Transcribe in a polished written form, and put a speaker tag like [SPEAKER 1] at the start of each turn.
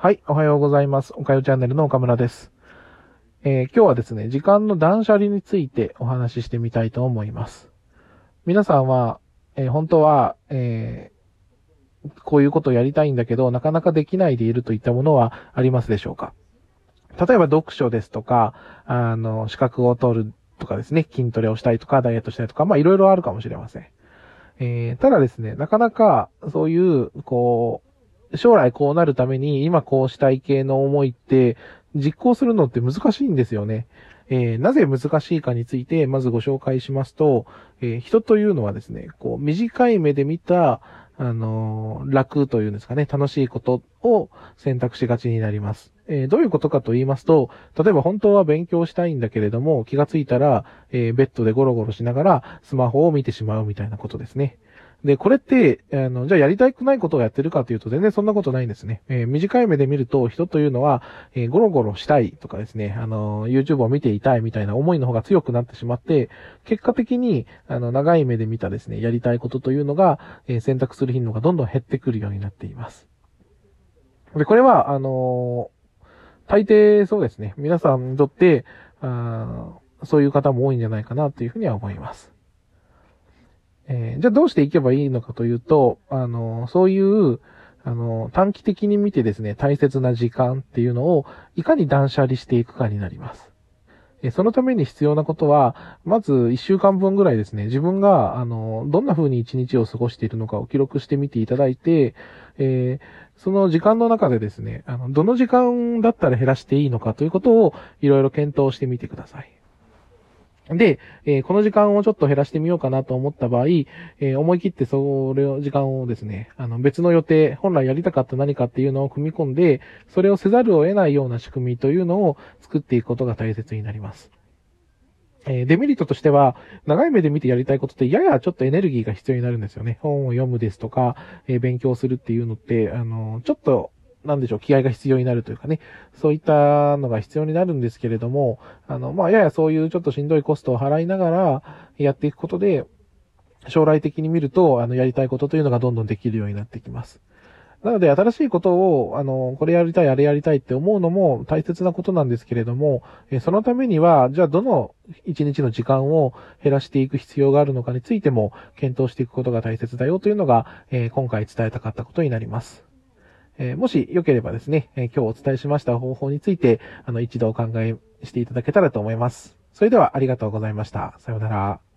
[SPEAKER 1] はい、おはようございます。おかよチャンネルの岡村です。今日はですね、時間の断捨離についてお話ししてみたいと思います。皆さんは、本当は、こういうことをやりたいんだけど、なかなかできないでいるといったものはありますでしょうか？例えば読書ですとか、資格を取るとかですね、筋トレをしたいとか、ダイエットしたいとか、いろいろあるかもしれません。ただですね、なかなかそういう、将来こうなるために今こうしたい系の思いって実行するのって難しいんですよね。なぜ難しいかについてまずご紹介しますと、人というのはですね、短い目で見た、楽というんですかね、楽しいことを選択しがちになります。どういうことかと言いますと、例えば本当は勉強したいんだけれども、気がついたら、ベッドでゴロゴロしながらスマホを見てしまうみたいなことですね。で、これって、じゃあやりたくないことをやってるかというと全然そんなことないんですね。短い目で見ると人というのは、ゴロゴロしたいとかですね、YouTube を見ていたいみたいな思いの方が強くなってしまって、結果的に、長い目で見たですね、やりたいことというのが、選択する頻度がどんどん減ってくるようになっています。で、これは、大抵そうですね、皆さんにとって、そういう方も多いんじゃないかなというふうには思います。じゃあどうしていけばいいのかというと、そういう、短期的に見てですね、大切な時間っていうのを、いかに断捨離していくかになります。そのために必要なことは、まず1週間分ぐらいですね、自分が、どんな風に1日を過ごしているのかを記録してみていただいて、その時間の中でですね、どの時間だったら減らしていいのかということを、いろいろ検討してみてください。で、この時間をちょっと減らしてみようかなと思った場合、思い切って時間をですね、別の予定、本来やりたかった何かっていうのを組み込んで、それをせざるを得ないような仕組みというのを作っていくことが大切になります。デメリットとしては、長い目で見てやりたいことって、ややちょっとエネルギーが必要になるんですよね。本を読むですとか、勉強するっていうのって、ちょっと、なんでしょう、気合が必要になるというかね、そういったのが必要になるんですけれども、ややそういうちょっとしんどいコストを払いながらやっていくことで、将来的に見ると、やりたいことというのがどんどんできるようになってきます。なので、新しいことを、これやりたい、あれやりたいって思うのも大切なことなんですけれども、そのためには、じゃあどの一日の時間を減らしていく必要があるのかについても検討していくことが大切だよというのが、今回伝えたかったことになります。もしよければですね、今日お伝えしました方法について、一度お考えしていただけたらと思います。それではありがとうございました。さようなら。